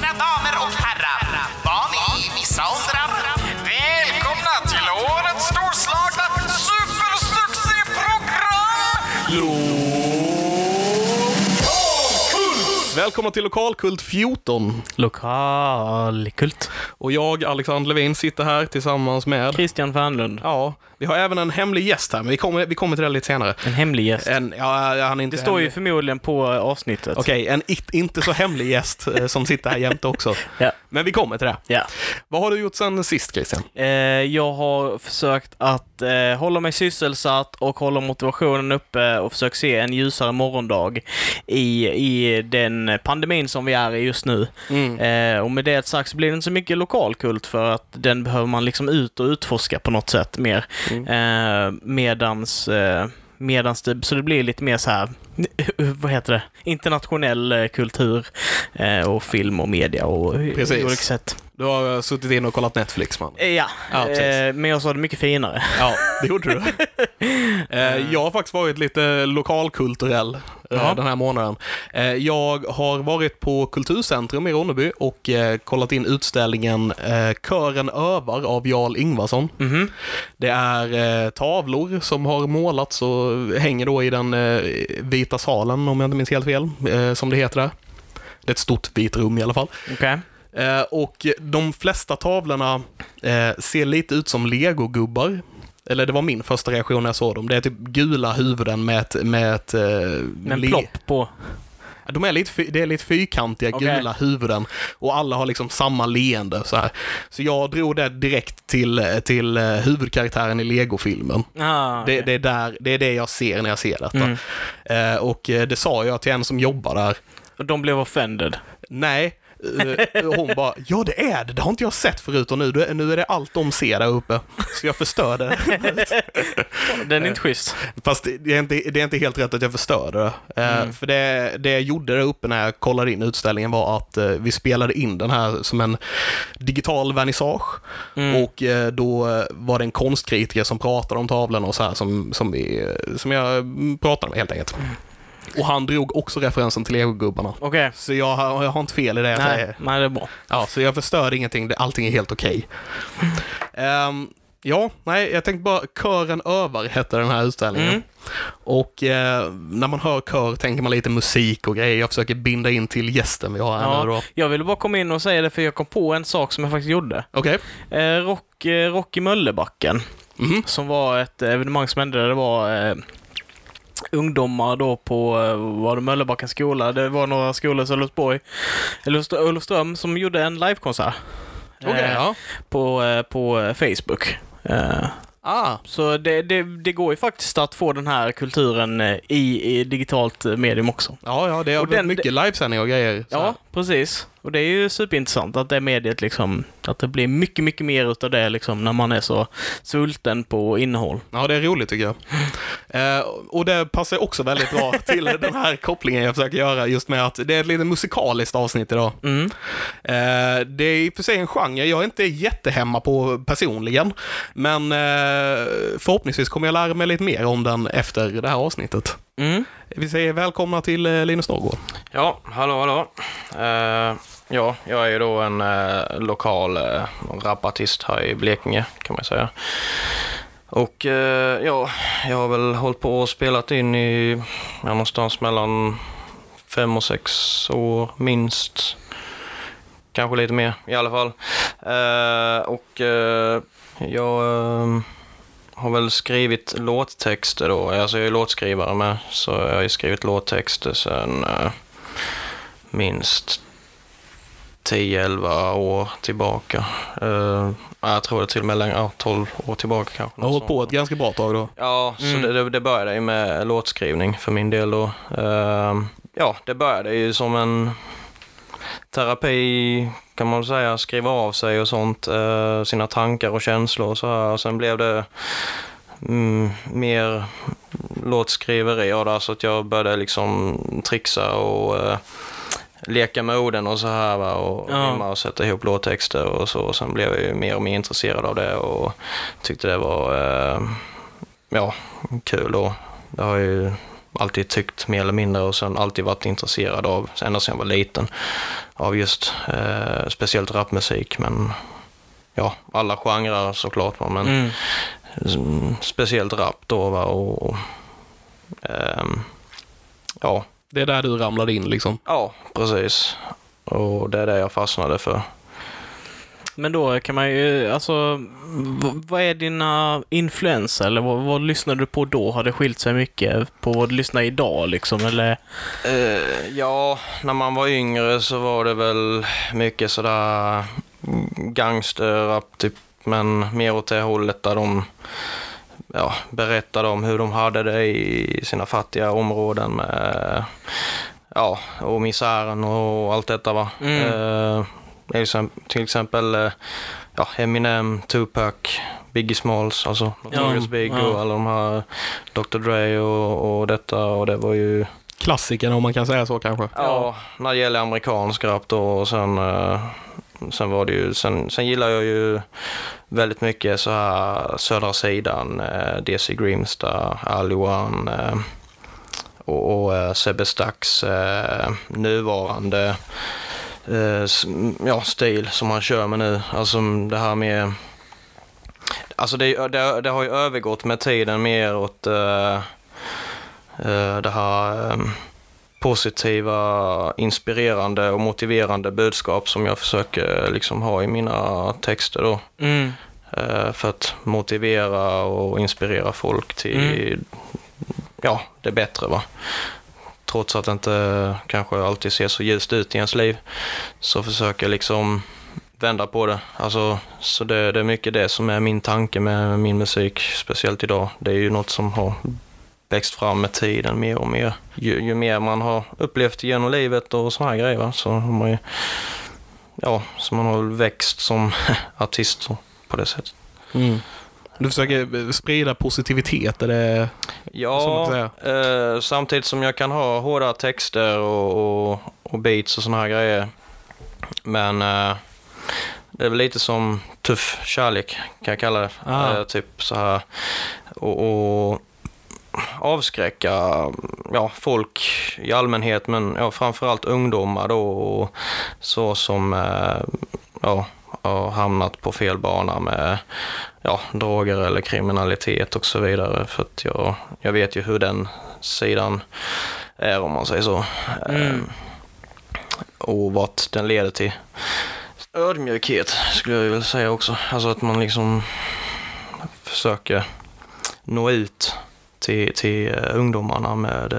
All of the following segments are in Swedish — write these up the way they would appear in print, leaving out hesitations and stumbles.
Mina damer och herrar, barn i vissa åldrar, välkomna till årets storslagna supersuccéprogram! Välkomna till Lokalkult 14. Lokalkult. Och jag, Alexander Levin, sitter här tillsammans med Christian Fernlund. Ja, vi har även en hemlig gäst här, men vi kommer till det lite senare. En hemlig gäst. Han är inte det står hemlig. ju förmodligen på avsnittet. Okej, en inte så hemlig gäst som sitter här jämte också. Ja. Men vi kommer till det. Ja. Vad har du gjort sen sist, Christian? Jag har försökt att hålla mig sysselsatt och hålla motivationen uppe och försöka se en ljusare morgondag i den pandemin som vi är i just nu. Och med det sagt så blir det inte så mycket lokalkult, för att den behöver man liksom ut och utforska på något sätt mer. Medans det, så det blir lite mer så här, vad heter det? Internationell kultur och film och media och olika sätt. Du har suttit in och kollat Netflix, man. Ja, men jag sa det mycket finare. Ja, det gjorde du. Jag har faktiskt varit lite lokalkulturell den här månaden. Jag har varit på Kulturcentrum i Ronneby och kollat in utställningen Kören övar av Jarl Ingvarsson. Det är tavlor som har målats och hänger då i den vita salen, om jag inte minns helt fel, som det heter där. Det är ett stort vit rum i alla fall. Okej. Och de flesta tavlorna ser lite ut som legogubbar. Eller det var min första reaktion när jag såg dem. Det är typ gula huvuden med en plopp på. Det är lite fyrkantiga gula huvuden. Och alla har liksom samma leende så här. Så jag drog det direkt till huvudkaraktären i Lego-filmen. Okay. Det är det jag ser när jag ser detta. Och det sa jag till en som jobbar där. Och de blev offended? Nej. Hon bara, ja det är det. Det har inte jag sett förut och nu är det allt de ser där uppe. Så jag förstör det. Den är inte schysst. Fast det är inte helt rätt att jag förstörde det. För det jag gjorde där uppe när jag kollade in utställningen var att vi spelade in den här som en digital vernissage. Och då var det en konstkritiker som pratade om tavlan och så här som jag pratade med helt enkelt. Och han drog också referensen till Lego-gubbarna. Okay. Så jag har inte fel i det jag säger. Nej, det är bra. Ja, så jag förstör ingenting. Allting är helt okej. Jag tänkte bara, Kören övar heter den här utställningen. Och när man hör kör tänker man lite musik och grejer. Jag försöker binda in till gästen vi har här nu då. Jag ville bara komma in och säga det, för jag kom på en sak som jag faktiskt gjorde. Okej. Rock i Möllebacken. Som var ett evenemang som hände där det var ungdomar då på Möllebackens skola. Det var några skolor i Olofström som gjorde en livekonsert. På Facebook. Så det går ju faktiskt att få den här kulturen i digitalt medium också. Ja, det är mycket livesändning och grejer. Ja, precis. Och det är ju superintressant att det mediet liksom, att det blir mycket, mycket mer utav det liksom när man är så svulten på innehåll. Ja, det är roligt tycker jag. Och det passar också väldigt bra till den här kopplingen jag försöker göra, just med att det är ett lite musikaliskt avsnitt idag. Det är i och för sig en genre jag är inte jättehemma på personligen, men förhoppningsvis kommer jag lära mig lite mer om den efter det här avsnittet. Vi säger välkomna till Linus Norrgård. Ja, hallå. Jag är ju då en lokal rapartist här i Blekinge, kan man säga. Och jag har väl hållit på och spelat in i någonstans mellan 5 och 6 år minst. Kanske lite mer i alla fall. Jag har väl skrivit låttexter då. Alltså jag är låtskrivare med, så jag har ju skrivit låttexter sedan minst 10-11 år tillbaka. Jag tror det till och med längre, 12 år tillbaka kanske. Jag har hållit på ett ganska bra tag då. Ja, så det började ju med låtskrivning för min del då. Det började ju som en terapi, kan man säga, skriva av sig och sånt, sina tankar och känslor och så här. Och sen blev det mer låtskriveri och där, så att jag började liksom trixa och leka med orden och så här, va, och rimma och sätta ihop låttexter och så. Och sen blev jag ju mer och mer intresserad av det och tyckte det var kul, och det har ju alltid tyckt mer eller mindre och sen alltid varit intresserad av, ända sedan jag var liten, av just speciellt rapmusik, men ja, alla genrer såklart, va, men speciellt rap då, va, och ja. Det är där du ramlade in liksom? Ja, precis. Och det är det jag fastnade för. Men då kan man ju, alltså, vad är dina influenser? Eller vad lyssnade du på då? Har det skilt sig mycket på vad du lyssnar idag liksom? Eller? Ja, när man var yngre så var det väl mycket sådär gangsterrap typ, men mer åt det hållet där de berättade om hur de hade det i sina fattiga områden med och misären och allt detta, va. Till exempel Eminem, Tupac, Biggie Smalls, alltså Notorious Big och alla de här, Dr. Dre och detta, och det var ju klassikerna, om man kan säga så kanske. Ja, när det gäller amerikansk rap då, och sen var det ju, sen gillar jag ju väldigt mycket så här södra sidan, DC Grimstar, Aliwan och Sebbe Stax nuvarande stil som han kör med nu. Alltså det här med, alltså det har ju övergått med tiden mer åt det här positiva, inspirerande och motiverande budskap som jag försöker liksom ha i mina texter då. För att motivera och inspirera folk till det bättre, va. Trots att det inte kanske alltid ser så ljust ut i ens liv, så försöker jag liksom vända på det. Alltså, så det är mycket det som är min tanke med min musik, speciellt idag. Det är ju något som har växt fram med tiden mer och mer. Ju mer man har upplevt genom livet och såna här grejer, så har man ju, så man har växt som artist på det sättet. Du försöker sprida positivitet, är det? Ja, samtidigt som jag kan ha hårda texter och beats och såna här grejer. Men det är väl lite som tuff kärlek, kan jag kalla det. Typ så här. Och avskräcka folk i allmänhet, men framförallt ungdomar då, och så som har hamnat på fel bana med droger eller kriminalitet och så vidare, för att jag vet ju hur den sidan är, om man säger så. Och vad den leder till. Ödmjukhet skulle jag vilja säga också, alltså att man liksom försöker nå ut till ungdomarna med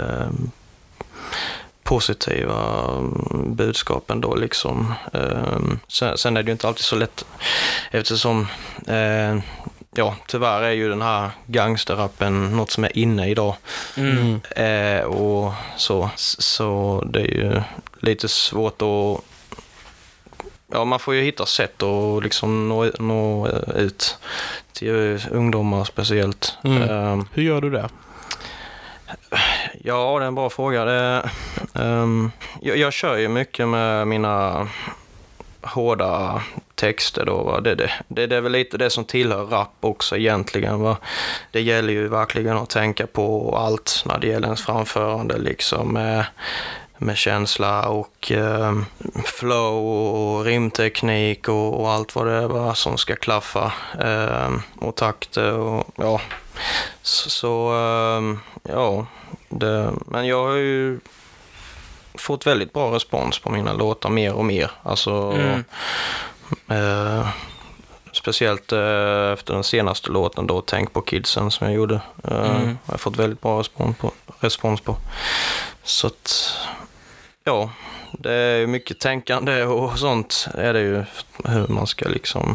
positiva budskapen då liksom. Sen är det ju inte alltid så lätt, eftersom tyvärr är ju den här gangsterrappen något som är inne idag. Och så det är ju lite svårt att man får ju hitta sätt att liksom nå ut till ungdomar speciellt. Hur gör du det? Ja, det är en bra fråga. Jag kör ju mycket med mina hårda texter då, va? Det är väl lite det som tillhör rap också egentligen, va? Det gäller ju verkligen att tänka på allt när det gäller ens framförande liksom, med känsla och flow och rimteknik och allt vad det är, va, som ska klaffa, och takter och men jag har ju fått väldigt bra respons på mina låtar mer och mer, alltså speciellt efter den senaste låten då, Tänk på kidsen, som jag gjorde, har jag fått väldigt bra respons på. Så att det är mycket tänkande och sånt är det ju, hur man ska liksom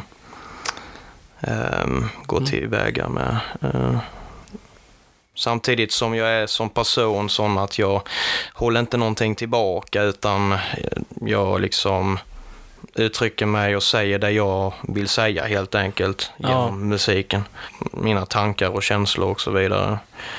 gå tillväga med. Samtidigt som jag är som person sån att jag håller inte någonting tillbaka, utan jag liksom uttrycker mig och säger det jag vill säga helt enkelt genom musiken. Mina tankar och känslor och så vidare.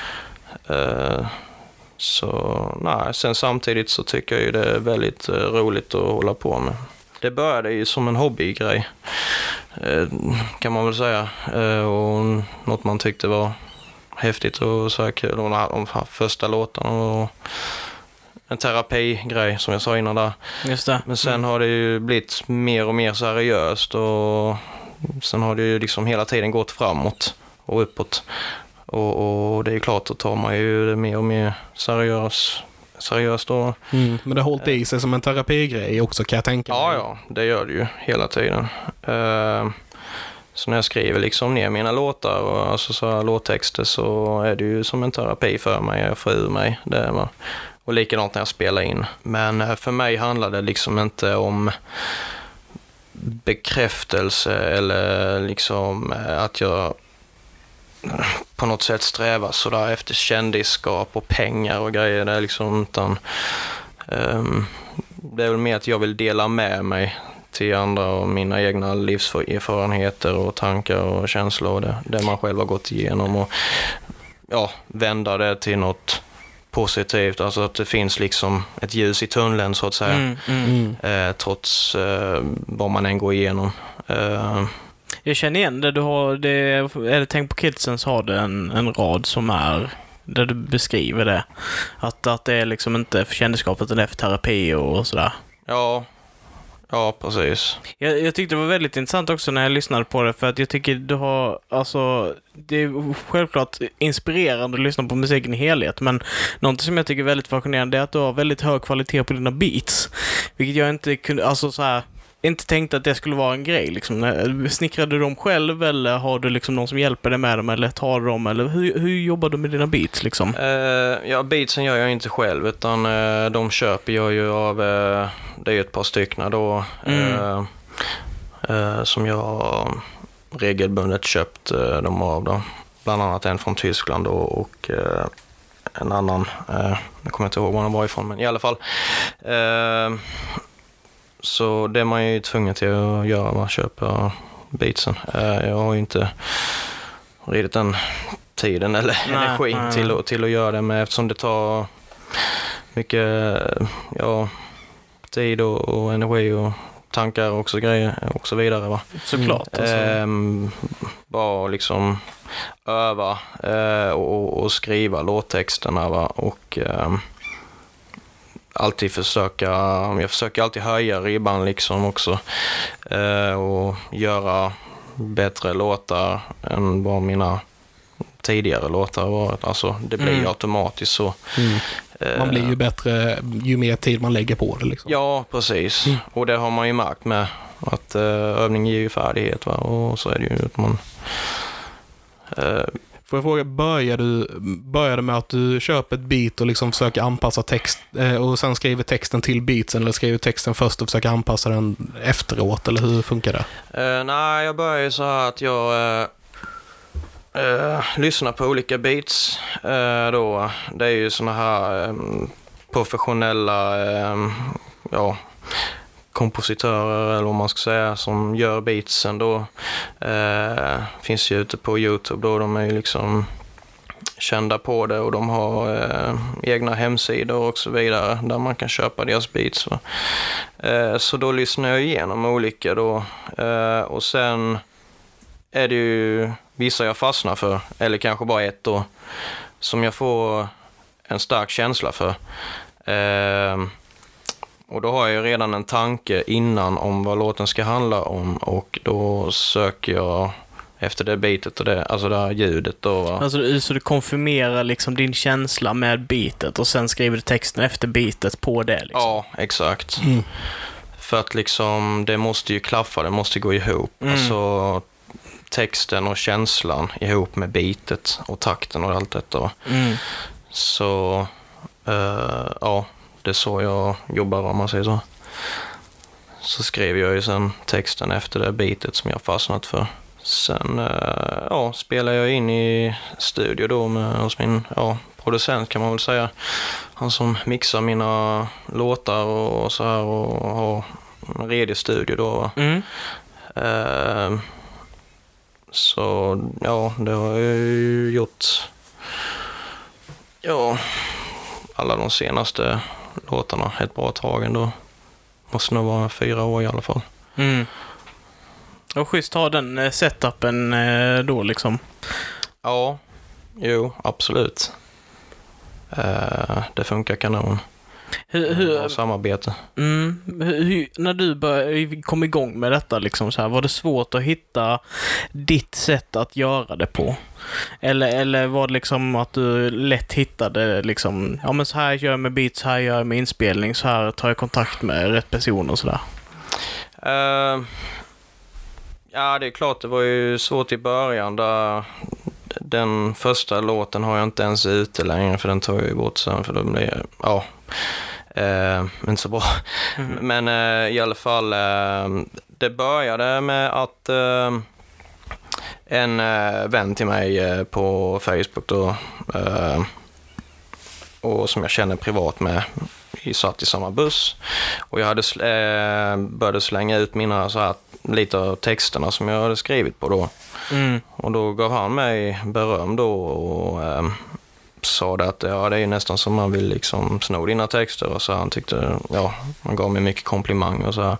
Sen samtidigt så tycker jag ju det är väldigt roligt att hålla på med. Det började ju som en hobbygrej, kan man väl säga, och något man tyckte var häftigt och så här kul. De första låtarna och en terapigrej som jag sa innan där. Just det. Men sen har det ju blivit mer och mer seriöst och sen har det ju liksom hela tiden gått framåt och uppåt. Och det är ju klart, då tar man ju det mer och mer seriöst då. Men det har hållit i sig som en terapigrej också, kan jag tänka mig. Ja, det gör det ju hela tiden. Så när jag skriver liksom ner mina låtar och alltså så här låttexter, så är det ju som en terapi för mig. Jag får ur mig det. Och likadant när jag spelar in. Men för mig handlar det liksom inte om bekräftelse eller liksom att jag på något sätt strävar sådär efter kändisskap och pengar och grejer. Det är liksom, utan det är väl mer att jag vill dela med mig till andra och mina egna livserfarenheter och tankar och känslor och det man själv har gått igenom, och vända det till något positivt, alltså att det finns liksom ett ljus i tunneln så att säga, trots vad man än går igenom. Jag känner igen det. Du har det, är det Tänk på Kidsen, så har det en rad som är där du beskriver det. Att det är liksom inte för kändisskapet, det är för terapi och sådär. Ja, precis. Jag tyckte det var väldigt intressant också när jag lyssnade på det, för att jag tycker du har, alltså, det är självklart inspirerande att lyssna på musiken i helhet, men något som jag tycker är väldigt fascinerande är att du har väldigt hög kvalitet på dina beats, vilket jag inte kunde, alltså så här, inte tänkte att det skulle vara en grej liksom. Snickrade du dem själv, eller har du liksom någon som hjälper dig med dem, eller tar du dem, eller hur jobbar du med dina beats liksom? Beatsen gör jag inte själv, utan de köper jag ju av, det är ju ett par stycken då, som jag regelbundet köpt dem av då. Bland annat en från Tyskland då, och en annan, jag kommer inte ihåg var den var ifrån, men i alla fall. Så det är man ju tvungen till att göra, man köper beatsen. Jag har ju inte riktigt den tiden eller energin till att göra det med, eftersom det tar mycket tid och energi och tankar och också grejer och så vidare, va. Såklart. Bara liksom öva och skriva låttexterna, va, och jag försöker alltid höja ribban liksom också, och göra bättre låtar än vad mina tidigare låtar har varit. Alltså det blir ju automatiskt så. Man blir ju bättre ju mer tid man lägger på det liksom. Ja, precis. Och det har man ju märkt med att övning ger ju färdighet, va? Och så är det ju att man Får jag fråga, började med att du köper ett beat och liksom försöker anpassa text och sen skriver texten till beatsen, eller skriver texten först och försöker anpassa den efteråt, eller hur funkar det? Nej, jag börjar ju så här att jag lyssnar på olika beats då. Det är ju såna här professionella kompositörer, eller vad man ska säga, som gör beatsen då. Finns ju ute på YouTube då, de är ju liksom kända på det, och de har egna hemsidor och så vidare där man kan köpa deras beats, va? Så då lyssnar jag igenom olika då, och sen är det ju vissa jag fastnar för, eller kanske bara ett då, som jag får en stark känsla för. Och då har jag redan en tanke innan om vad låten ska handla om, och då söker jag efter det beatet och det, alltså det här ljudet då, va? Alltså, så du konfirmerar liksom din känsla med beatet och sen skriver du texten efter beatet på det liksom. Ja, exakt. För att liksom, det måste ju klaffa, det måste gå ihop. Alltså texten och känslan ihop med beatet och takten och allt detta, va? Så det är så jag jobbar, om man säger så. Så skrev jag ju sen texten efter det beatet som jag fastnat för. Sen spelar jag in i studio då hos min producent, kan man väl säga. Han som mixar mina låtar och så här, och har en redig studio då. Så det har jag ju gjort alla de senaste låtarna ett bra tag ändå. Måste nog vara 4 år i alla fall. Och schysst ha den setupen då liksom. Ja, Jo, absolut. Det funkar kanon. Hur Samarbete. när du kom igång med detta liksom så här, var det svårt att hitta ditt sätt att göra det på? Eller var det liksom att du lätt hittade liksom, ja men så här gör jag med beats, så här gör jag med inspelning, så här tar jag kontakt med rätt person och sådär? Ja, det är klart, det var ju svårt i början. Den första låten har jag inte ens ute längre, för den tar jag ju bort sen, för då blir inte så bra. Men i alla fall, det började med att en vän till mig på Facebook då, och som jag känner privat med, vi satt i samma buss, och jag hade började slänga ut mina så här, lite av texterna som jag hade skrivit på då. Och då gav han mig beröm då och sa det att ja, det är nästan som man vill liksom sno dina texter, och så han tyckte, ja, han gav mig mycket komplimang och så här.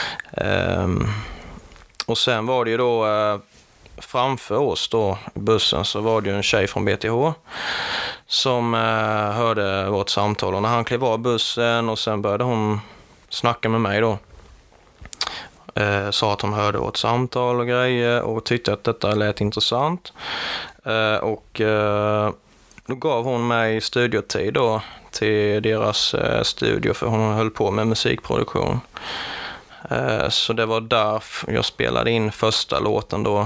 Och sen var det ju då framför oss då i bussen, så var det ju en tjej från BTH som hörde vårt samtal, och när han klev av bussen och sen började hon snacka med mig då, sa att hon hörde vårt samtal och grejer och tyckte att detta lät intressant, och då gav hon mig studiotid då till deras studio, för hon höll på med musikproduktion. Så det var där jag spelade in första låten då.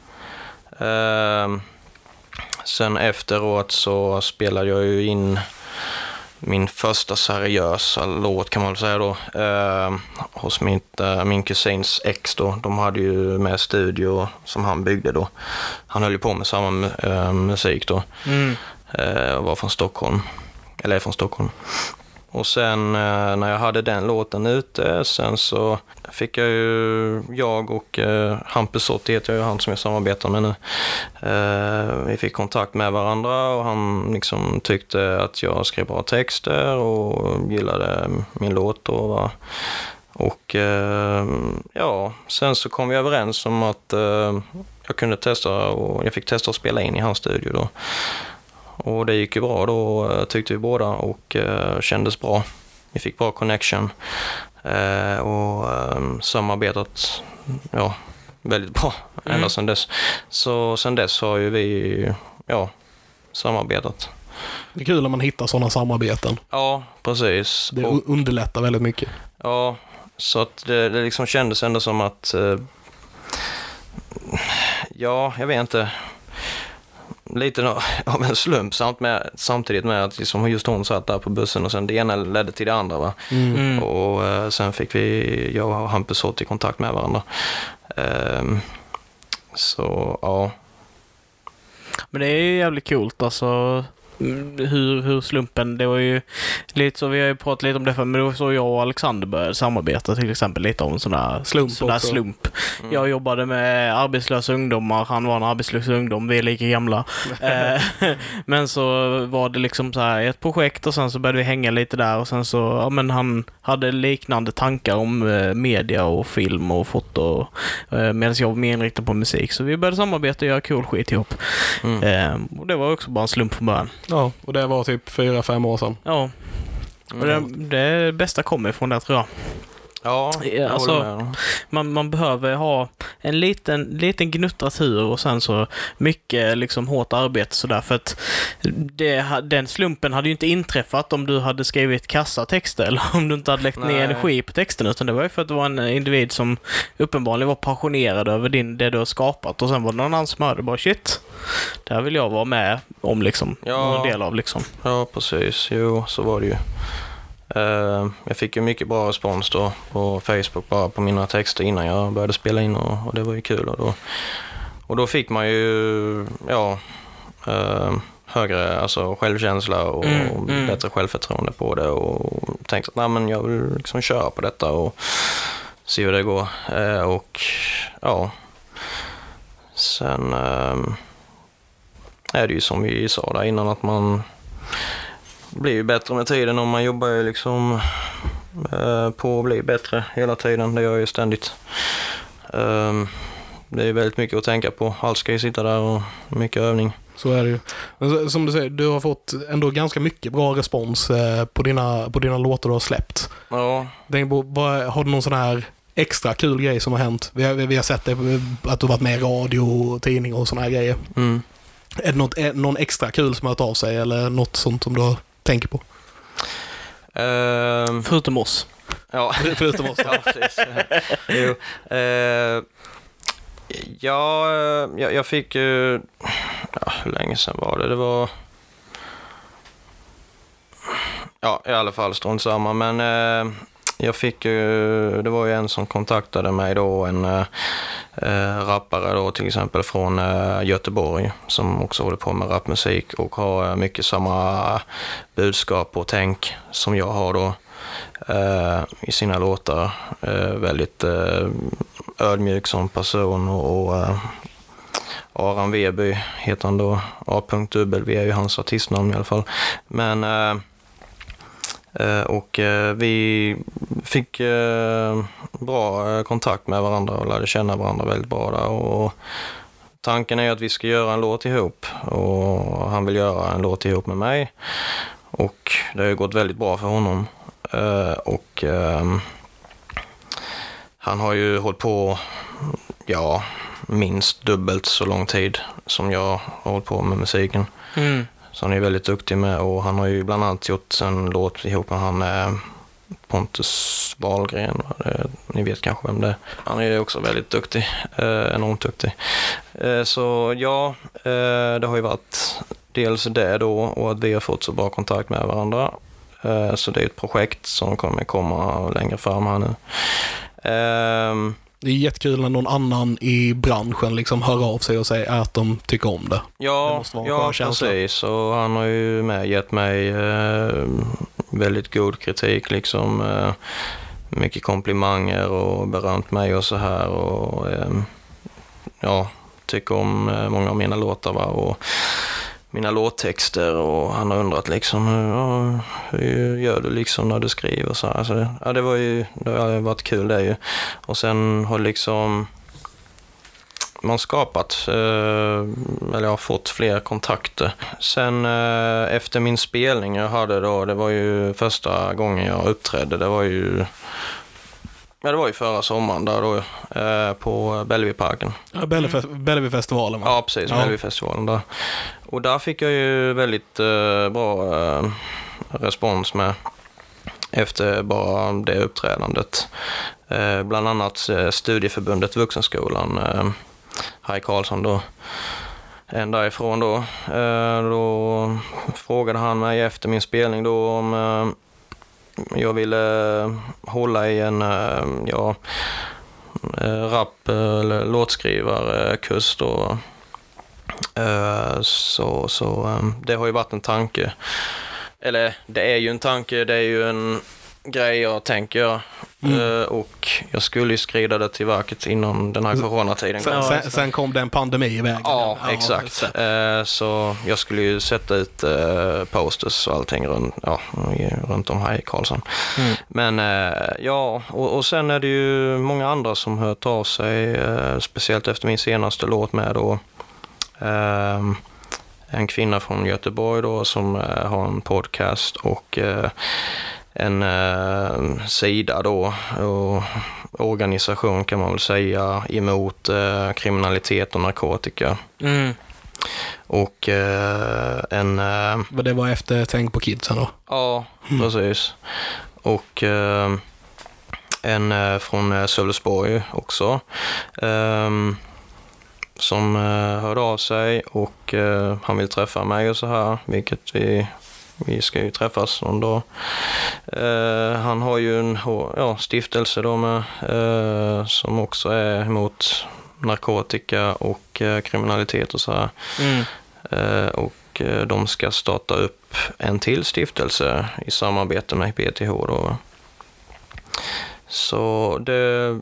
Sen efteråt så spelade jag ju in min första seriösa låt, kan man väl säga då, hos min kusins ex då. De hade ju med studio som han byggde då. Han höll ju på med samma musik då. Var från Stockholm. Eller är från Stockholm. Och sen när jag hade den låten ute, sen så fick jag och Hampus Sotti heter jag, han som jag samarbetar med nu. Vi fick kontakt med varandra, och han liksom tyckte att jag skrev bra texter och gillade min låt då, va. Och ja, sen så kom vi överens om att jag kunde testa, och jag fick testa att spela in i hans studio då. Och det gick ju bra då, tyckte vi båda, och kändes bra. Vi fick bra connection och samarbetat väldigt bra ända sedan dess. Så sedan dess har ju vi samarbetat. Det är kul när man hittar sådana samarbeten. Ja, precis. Det underlättar väldigt mycket. Ja, så att det liksom kändes ändå som att jag vet inte, lite av en slump samtidigt med att liksom just hon satt där på bussen, och sen det ena ledde till det andra, va. Och sen fick jag och Hampus Sotti i kontakt med varandra. Så ja. Men det är ju jävligt coolt alltså, hur slumpen, det var ju lite så, vi har ju pratat lite om det för, men det var så jag och Alexander började samarbeta till exempel lite om sån där slump. Jag jobbade med arbetslösa ungdomar, han var en arbetslös ungdom, vi är lika gamla. Men så var det liksom så här ett projekt, och sen så började vi hänga lite där, och sen så, ja men han hade liknande tankar om media och film och foto, medan jag var mer inriktad på musik, så vi började samarbeta och göra cool skit ihop. Och det var också bara en slump från början. Ja, och det var typ 4-5 år sedan. Ja. Och det bästa kommer från det, tror jag. Ja, alltså, man behöver ha en liten gnuttatur, och sen så mycket liksom hårt arbete sådär, för att den slumpen hade ju inte inträffat om du hade skrivit kassatexter, eller om du inte hade lagt ner energi på texten, utan det var ju för att det var en individ som uppenbarligen var passionerad över det du har skapat, och sen var det någon annan som hörde bara shit, där vill jag vara med om liksom, en del av liksom. Ja, precis. Jo, så var det ju. Jag fick ju mycket bra respons då på Facebook bara på mina texter innan jag började spela in, och det var ju kul, och då fick man ju högre alltså självkänsla och bättre självförtroende på det, och tänkte att nej, men jag vill liksom köra på detta och se hur det går, och ja, sen är det ju som vi sa där innan, att man blir ju bättre med tiden, och man jobbar ju liksom på att bli bättre hela tiden. Det gör jag ju ständigt. Det är väldigt mycket att tänka på. Allt ska ju sitta där, och mycket övning. Så är det ju. Men som du säger, du har fått ändå ganska mycket bra respons på dina låtar du har släppt. Ja. Har du någon sån här extra kul grej som har hänt? Vi har sett det, att du har varit med i radio, tidning och såna här grejer. Mm. Är det någon extra kul som har hört av sig eller något sånt som du tänker på? Förutom oss. Ja. Förutom oss. Ja, precis. Jo. Jag fick ju... hur länge sedan var det? Det var... Ja, i alla fall strunt samma. Men jag fick ju... Det var ju en som kontaktade mig då. En rappare då till exempel från Göteborg. Som också håller på med rapmusik. Och har mycket samma budskap och tänk som jag har då. I sina låtar. Väldigt ödmjuk som person och Aran Weby heter han då. A.W är ju hans artistnamn i alla fall. Men vi fick bra kontakt med varandra och lärde känna varandra väldigt bra där. Och tanken är att vi ska göra en låt ihop och han vill göra en låt ihop med mig och det har ju gått väldigt bra för honom. Han har ju hållit på minst dubbelt så lång tid som jag har hållit på med musiken. Så han är väldigt duktig med och han har ju bland annat gjort en låt ihop med han Pontus Wahlgren. Ni vet kanske vem det är. Han är också väldigt duktig, enormt duktig. Så ja, det har ju varit dels det då och att vi har fått så bra kontakt med varandra. Så det är ett projekt som kommer komma längre fram här nu. Det är jättekul när någon annan i branschen liksom hör av sig och säger att de tycker om det. Ja, precis. Och han har ju gett mig väldigt god kritik liksom. Mycket komplimanger och berömt mig och så här. Och tycker om många av mina låtar och mina låttexter och han har undrat liksom hur gör du liksom när du skriver och så här. Så, det har varit kul det ju. Och sen har liksom man skapat eller jag har fått fler kontakter. Sen efter min spelning jag hade då, det var ju första gången jag uppträdde, det var ju förra sommaren där då på Bellevueparken. Ja, Bellevuefestivalen va? Ja, precis. Bellevuefestivalen där. Och där fick jag ju väldigt bra respons med efter bara det uppträdandet. Bland annat studieförbundet Vuxenskolan, Harry Karlsson då. En därifrån då. Då frågade han mig efter min spelning då om jag ville hålla i en rap- eller låtskrivarkurs då. Så det har ju varit en tanke. Eller det är ju en tanke, det är ju en grej jag tänker. Och jag skulle ju skrida det till verket innan den här coronatiden. Sen kom det en pandemi i vägen. Ja, exakt. Så jag skulle ju sätta ut posters och allting runt om här i Karlsson. Men och sen är det ju många andra som hört av sig, speciellt efter min senaste låt med då. En kvinna från Göteborg då som har en podcast och en sida då och organisation kan man väl säga emot kriminalitet och narkotika. Och det var efter Tänk på kidsen då? Ja, precis. Och en från Sölvesborg också. Som hörde av sig och han vill träffa mig och så här, vilket vi ska ju träffas någon dag. Han har ju en stiftelse då med, som också är emot narkotika och kriminalitet och så här. Och de ska starta upp en till stiftelse i samarbete med BTH då. Så det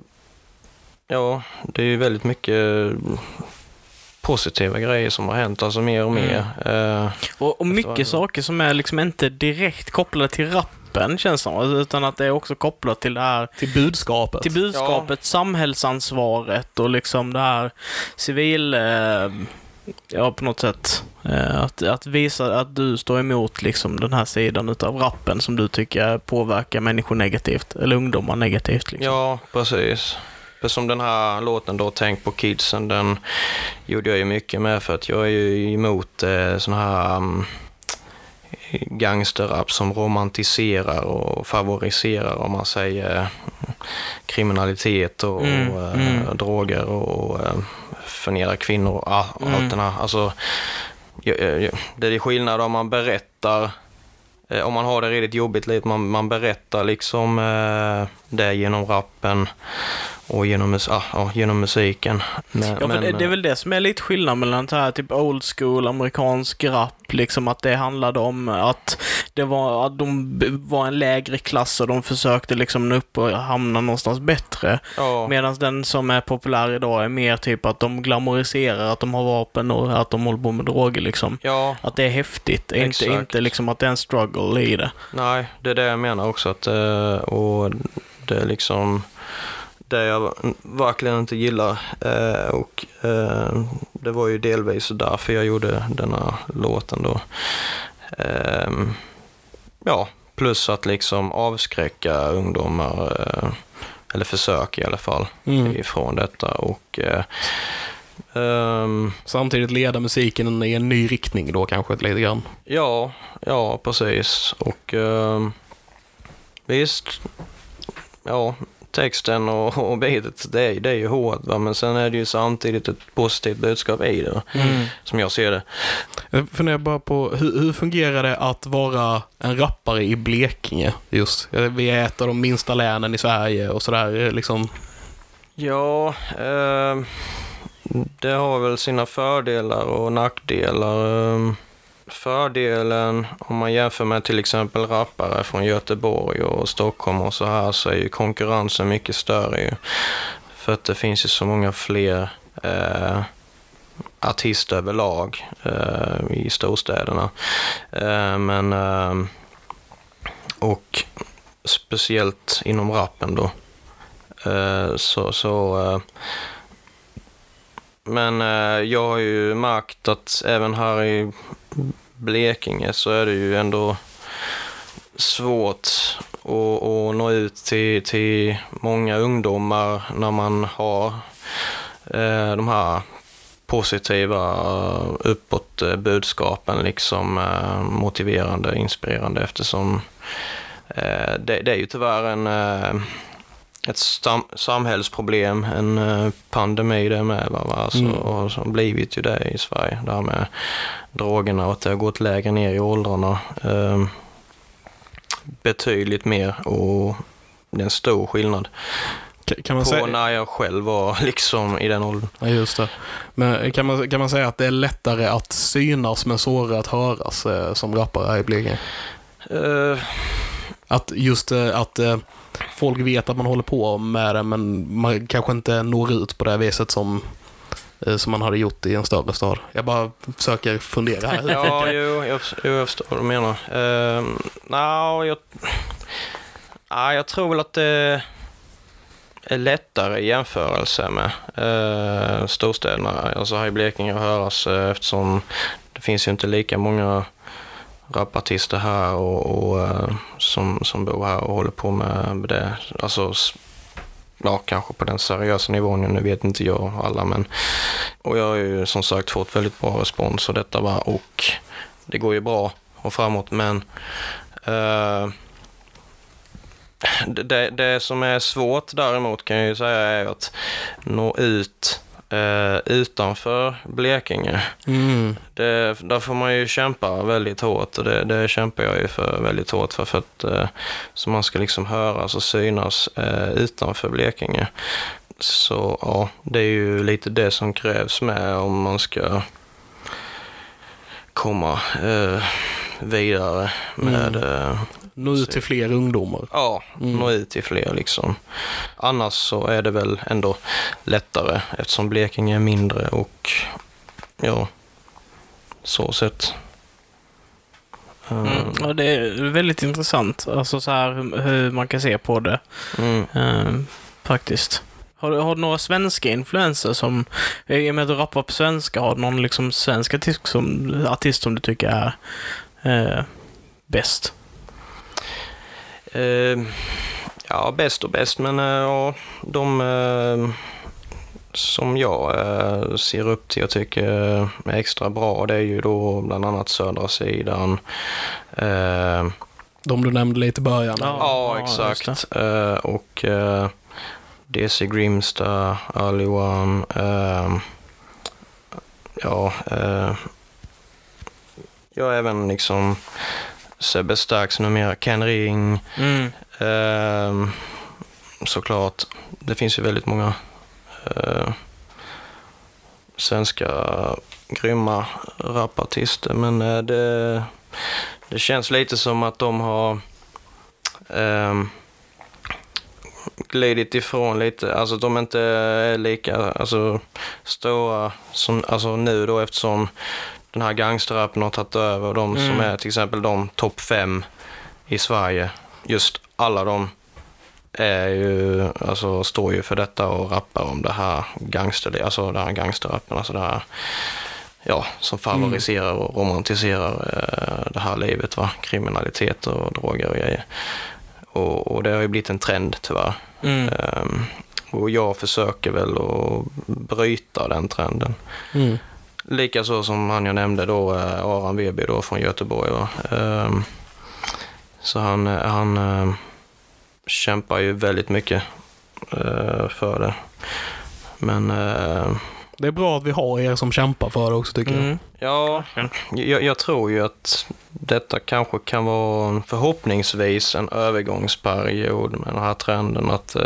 är ju väldigt mycket positiva grejer som har hänt, alltså mer och mer. Och mycket saker som är liksom inte direkt kopplade till rappen känns som, utan att det är också kopplat till det här till budskapet. Till budskapet, samhällsansvaret och liksom det här ja, på något sätt att visa att du står emot liksom den här sidan utav rappen som du tycker påverkar människor negativt, eller ungdomar negativt liksom. Ja, precis. För som den här låten då, Tänk på kidsen, den gjorde jag ju mycket med för att jag är ju emot sån här gangsterrap som romantiserar och favoriserar, om man säger, kriminalitet och droger och förnedrar kvinnor och allt det här. Alltså, det är skillnad om man berättar, om man har det riktigt jobbigt lite, man berättar liksom det genom rappen och genom musiken. Men det är väl det som är lite skillnad mellan så här typ old school amerikansk rap, liksom att det handlade om att de var en lägre klass och de försökte liksom nå upp och hamna någonstans bättre. Ja. Medan den som är populär idag är mer typ att de glamoriserar att de har vapen och att de håller på med droger liksom. Ja. Att det är häftigt, inte liksom att det är en struggle i det. Nej, det är det jag menar också, att och det är liksom det jag verkligen inte gillar, och det var ju delvis därför jag gjorde denna låten då. Ja, plus att liksom avskräcka ungdomar, eller försök i alla fall, ifrån detta, och samtidigt leda musiken i en ny riktning då kanske lite grann. Ja, precis. Och visst, ja, texten och beatet, det är ju hårt, va? Men sen är det ju samtidigt ett positivt budskap i det, som jag ser det. Jag funderar bara på, hur fungerar det att vara en rappare i Blekinge just? Vi är ett av de minsta länen i Sverige och sådär liksom. Ja, det har väl sina fördelar och nackdelar. Fördelen, om man jämför med till exempel rappare från Göteborg och Stockholm och så här, så är ju konkurrensen mycket större ju. För att det finns ju så många fler artister överlag i storstäderna. Och speciellt inom rappen då. Men jag har ju märkt att även här i Blekinge så är det ju ändå svårt att nå ut till många ungdomar när man har de här positiva uppåt budskapen, liksom motiverande, inspirerande, eftersom det är ju tyvärr ett samhällsproblem, en pandemi det med, alltså, och som blivit ju det i Sverige, där med drogerna, och att det har gått lägre ner i åldrarna betydligt mer, och det är en stor skillnad kan man säga, när jag själv var liksom i den åldern. Ja, just det. Men kan man säga att det är lättare att synas men svårare att höras som rappare här i Blekinge? Att just att folk vet att man håller på med det, men man kanske inte når ut på det viset som man hade gjort i en större stad. Jag bara försöker fundera här. Ja, jag förstår vad du menar. Jag tror väl att det är lättare i jämförelse med storstäderna. Alltså här i Blekinge att höras, eftersom det finns ju inte lika många rapartister här och som bor här och håller på med det. Alltså, ja, kanske på den seriösa nivån, nu vet inte jag alla, men och jag har ju som sagt fått väldigt bra respons och detta var, och det går ju bra och framåt, men det som är svårt däremot, kan jag ju säga, är att nå ut utanför Blekinge. Där får man ju kämpa väldigt hårt, och det kämpar jag ju för väldigt hårt för att så man ska liksom höras och synas utanför Blekinge. Så ja, det är ju lite det som krävs med om man ska komma vidare med nå ut till fler ungdomar. Ja, nå ut till fler liksom. Annars så är det väl ändå lättare, eftersom Blekinge är mindre, och ja, så sett. Ja, det är väldigt intressant. Alltså så här hur man kan se på det. Faktiskt. Har du några svenska influenser som, i och med att du rappar på svenska, har du någon liksom svensk artist som du tycker är bäst? Ja, bäst och bäst, men ja, de som jag ser upp till och tycker är extra bra, det är ju då bland annat Södra Sidan. De du nämnde lite i början. Ja, exakt. Och DC Grimsta, Early One. Jag är även liksom Sebbe Starks numera, Ken Ring. Såklart. Det finns ju väldigt många svenska grymma rapartister, men det känns lite som att de har glidit ifrån lite, alltså de inte är lika stora som nu då, eftersom den här gangsterrappen har tagit över. De som är till exempel de topp 5 i Sverige, just alla de är ju, står ju för detta och rappar om det här gangsterrappen, det här, ja, som favoriserar och romantiserar det här livet, va? Kriminalitet och droger och grejer. Och det har ju blivit en trend tyvärr. Och jag försöker väl att bryta den trenden. Likaså som jag nämnde då, Aran Weby då från Göteborg, va? Så han kämpar ju väldigt mycket för det. Men det är bra att vi har er som kämpar för det också, tycker jag. Ja, jag tror ju att detta kanske kan vara förhoppningsvis en övergångsperiod med den här trenden att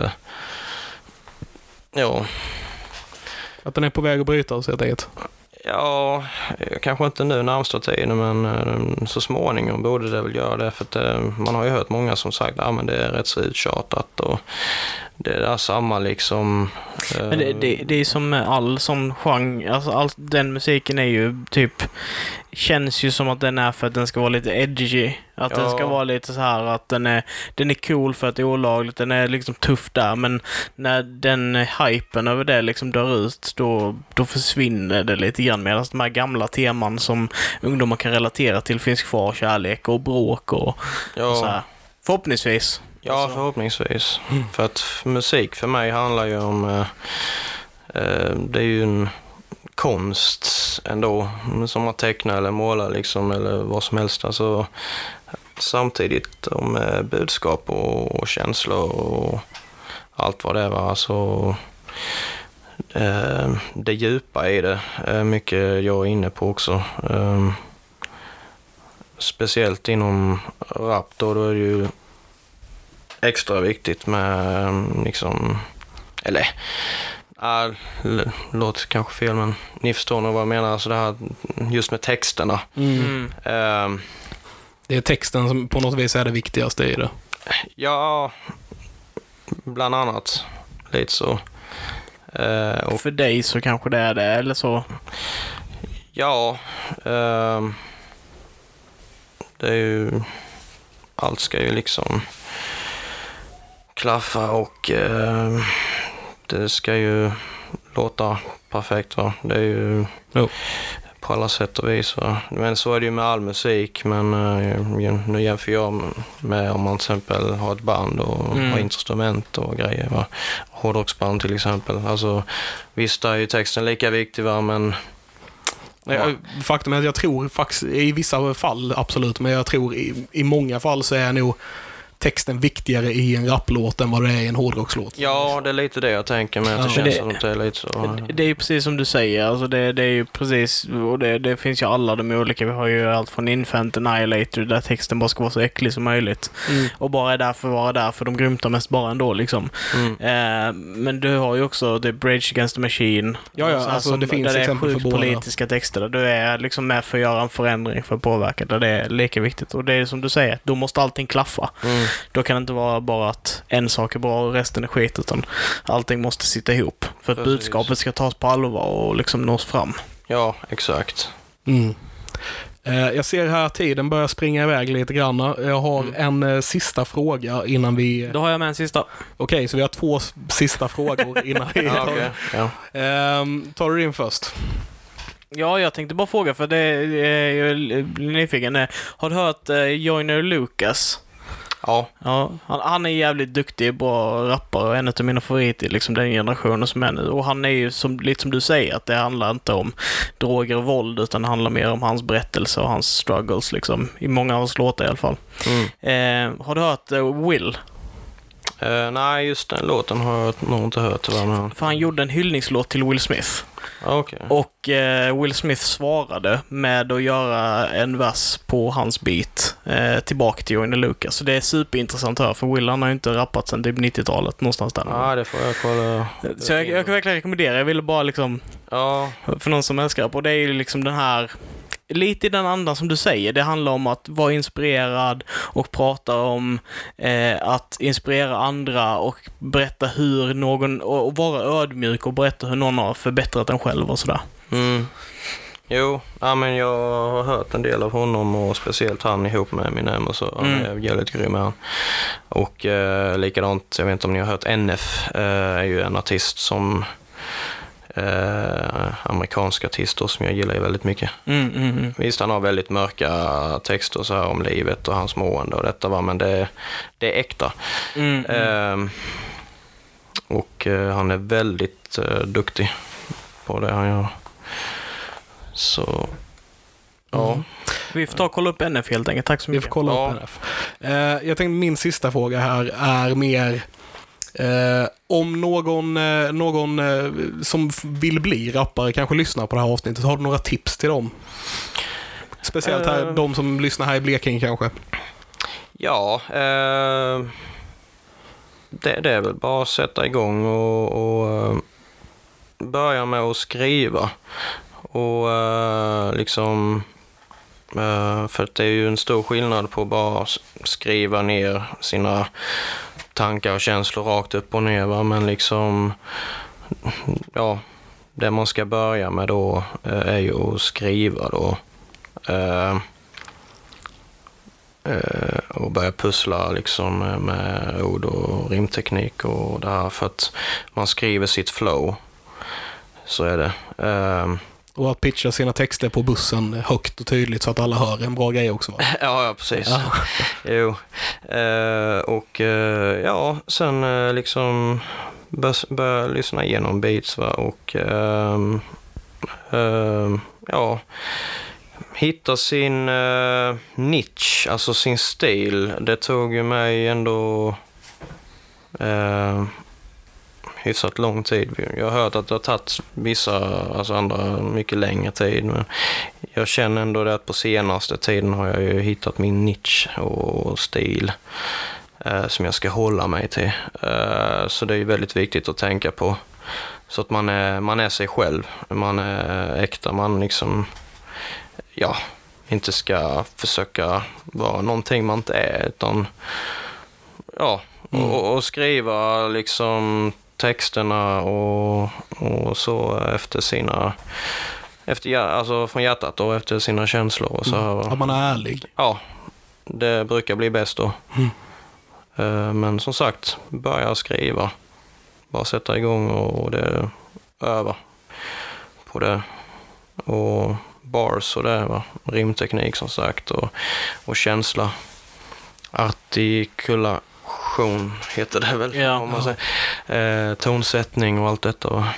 att den är på väg att brytas helt enkelt. Ja, kanske inte nu närmsta tiden, men så småningom borde det väl göra det, för att man har ju hört många som sagt men det är rätt så uttjatat och det är samma liksom. Men det är som all sån genre, den musiken är ju typ, känns ju som att den är för att den ska vara lite edgy, att den ska vara lite så här att den är cool för att det är olagligt, den är liksom tuff där, men när den hypen över det liksom dör ut, då försvinner det lite grann, medan de här gamla teman som ungdomar kan relatera till finns kvar, kärlek och bråk och så här. Förhoppningsvis. Ja, förhoppningsvis. För att musik för mig handlar ju om det är ju en konst ändå, som att teckna eller måla liksom, eller vad som helst. Alltså, samtidigt om budskap och känslor och allt vad det var. Alltså, det djupa i det är mycket jag är inne på också. Speciellt inom rap då är det ju extra viktigt med liksom, eller låter kanske fel, men ni förstår nog vad jag menar, alltså det här just med texterna. Det är texten som på något vis är det viktigaste i det. Ja, bland annat lite så. Och för dig så kanske det är det, eller så? Ja, det är ju, allt ska ju liksom klaffa och det ska ju låta perfekt, va? Det är ju på alla sätt och vis, va? Men så är det ju med all musik, men nu jämför jag med om man till exempel har ett band och har instrument och grejer, va? Hårdrocksband till exempel. Alltså, visst är ju texten lika viktig, va? Men faktum är att jag tror faktiskt i vissa fall absolut, men jag tror i många fall så är nog texten viktigare i en rapplåt än vad det är i en hårdrockslåt. Ja, det är lite det jag tänker, men det känns som att det är lite så. Det är ju precis som du säger, alltså det är ju precis, och det finns ju alla de olika, vi har ju allt från Infant Annihilator där texten bara ska vara så äcklig som möjligt och bara är där för att vara där, för de grymtar mest bara ändå liksom. Men du har ju också The Rage Against the Machine. Alltså det finns där exempel det för är båda. politiska texter där du är liksom med för att göra en förändring, för att påverka, där det är lika viktigt, och det är som du säger, då måste allting klaffa. Då kan det inte vara bara att en sak är bra och resten är skit, utan allting måste sitta ihop för att budskapet ska tas på allvar och liksom nås fram. Ja, exakt. Jag ser här att tiden börjar springa iväg lite grann. Jag har en sista fråga innan vi... Då har jag med en sista. Okej, så vi har 2 sista frågor innan vi Ja, okej. Ja. tar du in först? Ja, jag tänkte bara fråga, för det är jag blir nyfiken. Har du hört Joyner Lucas? Ja. Ja, han är jävligt duktig, bra rappare och en av mina favoriter, liksom den generationen som är nu. Och han är ju lite som du säger, att det handlar inte om droger och våld, utan det handlar mer om hans berättelse och hans struggles, liksom. I många av hans låtar i alla fall. Har du hört Will? Nej, just den låten har jag nog inte hört. För han gjorde en hyllningslåt till Will Smith. Okay. Och Will Smith svarade med att göra en vers på hans beat tillbaka till Joyner Lucas. Så det är superintressant här, för Will han har ju inte rappat sedan typ 90-talet någonstans där. Ja, det får jag kolla. Så jag kan verkligen rekommendera. Jag ville bara liksom... Ja. För någon som älskar rap. Och det är ju liksom den här... Lite i den andan som du säger. Det handlar om att vara inspirerad och prata om att inspirera andra och berätta hur någon... Och vara ödmjuk och berätta hur någon har förbättrat en själv och sådär. Jo, ja, men jag har hört en del av honom och speciellt han ihop med Eminem och så. Han är jävligt grym med han. Och likadant, jag vet inte om ni har hört NF, är ju en artist som... amerikansk artist då, som jag gillar väldigt mycket. Visst, han har väldigt mörka texter så här om livet och hans mående och detta, va, men det är äkta. Och han är väldigt duktig på det han gör. Så ja. Vi får ta och kolla upp NF helt enkelt. Tack så mycket. Vi får kolla upp NF. Jag tänkte min sista fråga här är mer om någon som vill bli rappare kanske lyssnar på det här avsnittet. Har du några tips till dem? Speciellt här, de som lyssnar här i Blekinge kanske. Ja, det är väl bara att sätta igång och börja med att skriva. Och liksom, för att det är ju en stor skillnad på att bara skriva ner sina tankar och känslor rakt upp och ner, va? Men liksom, ja, det man ska börja med då är ju att skriva då. Och börja pussla liksom med ord och rimteknik och det här, för att man skriver sitt flow. Så är det. Och att pitcha sina texter på bussen högt och tydligt så att alla hör en bra grej också, va? Ja, precis. Ja. Jo. Och ja, sen liksom börja lyssna igenom beats, va? Och ja, hitta sin niche, alltså sin stil. Det tog ju mig ändå hyfsat lång tid. Jag har hört att det har tagit vissa, alltså andra mycket längre tid, men jag känner ändå det att på senaste tiden har jag ju hittat min niche och stil som jag ska hålla mig till. Så det är ju väldigt viktigt att tänka på, så att man är sig själv, man är äkta, man liksom, ja, inte ska försöka vara någonting man inte är, utan ja, och skriva liksom texterna och så alltså från hjärtat och efter sina känslor och så. Att man är ärlig. Ja, det brukar bli bäst då. Men som sagt, börja skriva, bara sätta igång och det, öva på det, och bars och det, va? Rimteknik som sagt, och känsla, artikulation heter det väl, ja, om man säger. Tonsättning och allt detta, va?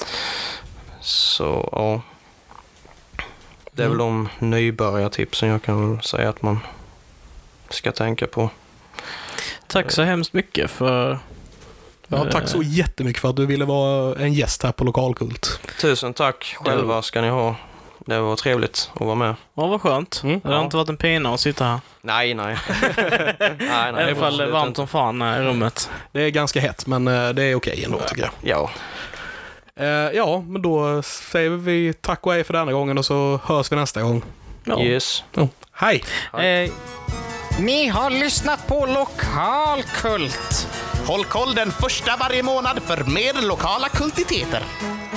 Så ja, det är väl de nybörjartipsen jag kan väl säga att man ska tänka på. Tack så hemskt mycket för... Ja, tack så jättemycket för att du ville vara en gäst här på Lokalkult. Tusen tack själva ska ni ha. Det var trevligt att vara med. Ja, vad skönt. Det har inte varit en pina att sitta här. Nej. I alla fall varmt som fan i rummet. Det är ganska hett, men det är okej ändå, tycker jag. Ja. Ja, men då säger vi tack och hej för denna gången och så hörs vi nästa gång. Ja. Yes. Hej! Ni har lyssnat på Lokalkult. Håll koll den första varje månad för mer lokala kultiteter.